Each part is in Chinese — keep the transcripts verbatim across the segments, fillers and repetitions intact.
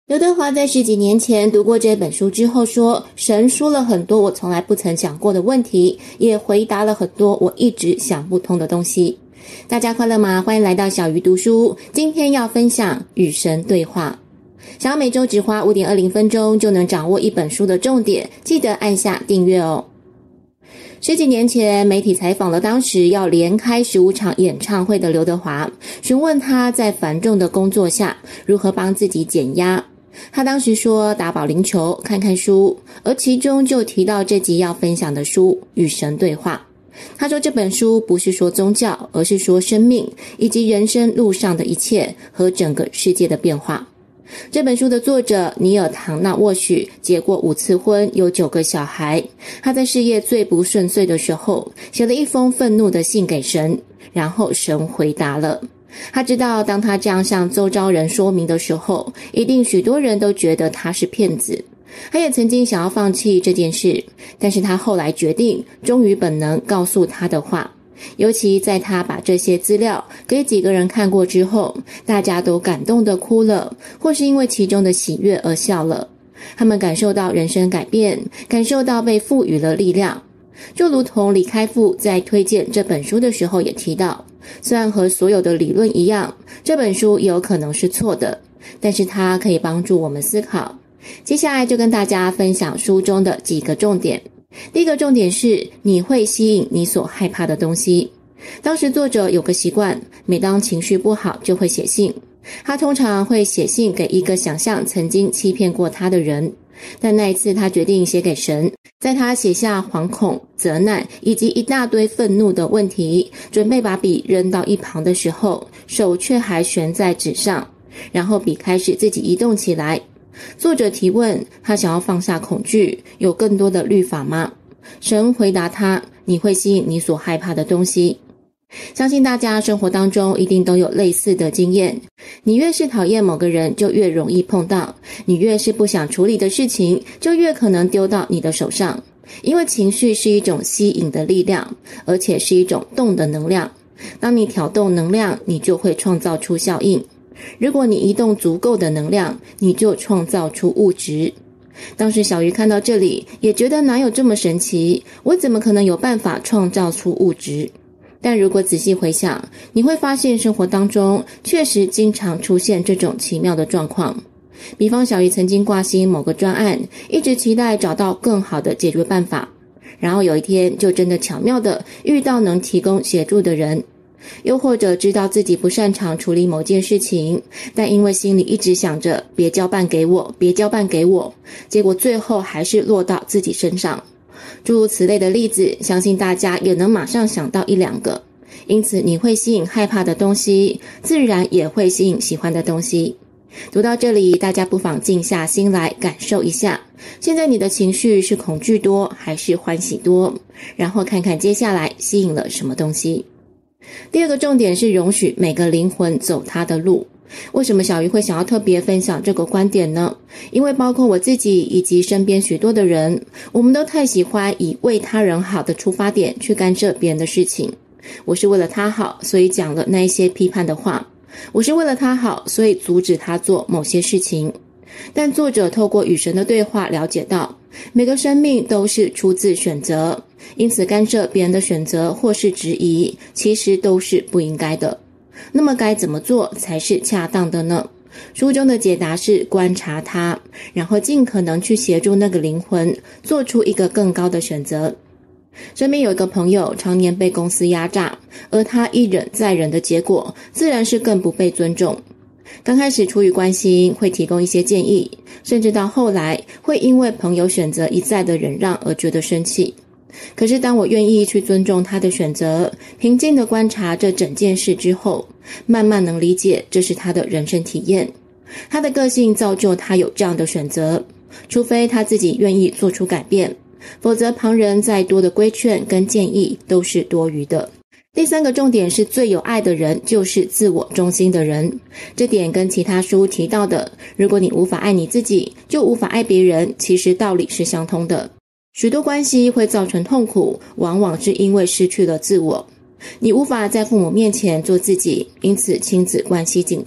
刘德华在十几年前读过这本书之后说，神说了很多我从来不曾想过的问题，也回答了很多我一直想不通的东西。大家快乐吗？欢迎来到小鱼读书，今天要分享与神对话。想要每周只花 五点二零 分钟就能掌握一本书的重点，记得按下订阅哦。十几年前，媒体采访了当时要连开十五场演唱会的刘德华，询问他在繁重的工作下如何帮自己减压。他当时说打保龄球、看看书，而其中就提到这集要分享的书《与神对话》。他说这本书不是说宗教，而是说生命以及人生路上的一切和整个世界的变化。这本书的作者尼尔·唐纳沃许结过五次婚，有九个小孩。他在事业最不顺遂的时候，写了一封愤怒的信给神，然后神回答了。他知道当他这样向周遭人说明的时候，一定许多人都觉得他是骗子。他也曾经想要放弃这件事，但是他后来决定忠于本能告诉他的话。尤其在他把这些资料给几个人看过之后，大家都感动地哭了，或是因为其中的喜悦而笑了。他们感受到人生改变，感受到被赋予了力量。就如同李开复在推荐这本书的时候也提到，虽然和所有的理论一样，这本书也有可能是错的，但是它可以帮助我们思考。接下来就跟大家分享书中的几个重点。第一个重点是，你会吸引你所害怕的东西。当时作者有个习惯，每当情绪不好就会写信。他通常会写信给一个想象曾经欺骗过他的人，但那一次他决定写给神。在他写下惶恐、责难以及一大堆愤怒的问题，准备把笔扔到一旁的时候，手却还悬在纸上，然后笔开始自己移动起来。作者提问，他想要放下恐惧，有更多的律法吗？神回答他，你会吸引你所害怕的东西。相信大家生活当中一定都有类似的经验，你越是讨厌某个人，就越容易碰到；你越是不想处理的事情，就越可能丢到你的手上。因为情绪是一种吸引的力量，而且是一种动的能量。当你挑动能量，你就会创造出效应。如果你移动足够的能量，你就创造出物质。当时小鱼看到这里，也觉得哪有这么神奇，我怎么可能有办法创造出物质？但如果仔细回想，你会发现生活当中确实经常出现这种奇妙的状况。比方小鱼曾经挂心某个专案，一直期待找到更好的解决办法，然后有一天就真的巧妙的遇到能提供协助的人。又或者知道自己不擅长处理某件事情，但因为心里一直想着别交办给我，别交办给我，结果最后还是落到自己身上。诸如此类的例子，相信大家也能马上想到一两个。因此你会吸引害怕的东西，自然也会吸引喜欢的东西。读到这里，大家不妨静下心来感受一下，现在你的情绪是恐惧多还是欢喜多？然后看看接下来吸引了什么东西。第二个重点是容许每个灵魂走他的路。为什么小鱼会想要特别分享这个观点呢？因为包括我自己以及身边许多的人，我们都太喜欢以为他人好的出发点去干涉别人的事情。我是为了他好，所以讲了那一些批判的话。我是为了他好，所以阻止他做某些事情。但作者透过与神的对话了解到，每个生命都是出自选择，因此干涉别人的选择或是质疑，其实都是不应该的。那么该怎么做才是恰当的呢？书中的解答是观察它，然后尽可能去协助那个灵魂做出一个更高的选择。身边有一个朋友常年被公司压榨，而他一忍再忍的结果，自然是更不被尊重。刚开始出于关心，会提供一些建议，甚至到后来会因为朋友选择一再的忍让而觉得生气。可是当我愿意去尊重他的选择，平静地观察这整件事之后，慢慢能理解这是他的人生体验。他的个性造就他有这样的选择，除非他自己愿意做出改变，否则旁人再多的规劝跟建议都是多余的。第三个重点是，最有爱的人就是自我中心的人。这点跟其他书提到的，如果你无法爱你自己，就无法爱别人，其实道理是相通的。许多关系会造成痛苦，往往是因为失去了自我。你无法在父母面前做自己，因此亲子关系紧张。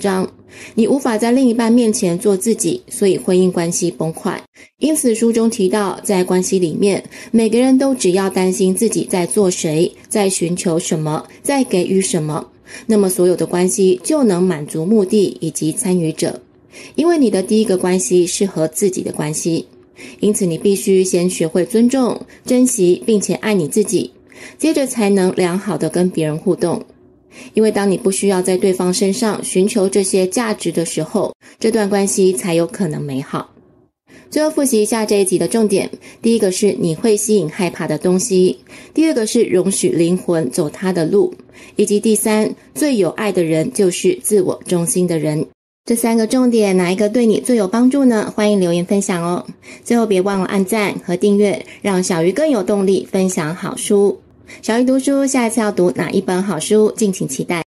你无法在另一半面前做自己，所以婚姻关系崩坏。因此书中提到，在关系里面，每个人都只要担心自己在做谁，在寻求什么，在给予什么，那么所有的关系就能满足目的以及参与者。因为你的第一个关系是和自己的关系，因此你必须先学会尊重、珍惜并且爱你自己，接着才能良好的跟别人互动。因为当你不需要在对方身上寻求这些价值的时候，这段关系才有可能美好。最后复习一下这一集的重点，第一个是你会吸引害怕的东西，第二个是容许灵魂走他的路，以及第三，最有爱的人就是自我中心的人。这三个重点哪一个对你最有帮助呢？欢迎留言分享哦。最后别忘了按赞和订阅，让小鱼更有动力分享好书。小鱼读书下一次要读哪一本好书，敬请期待。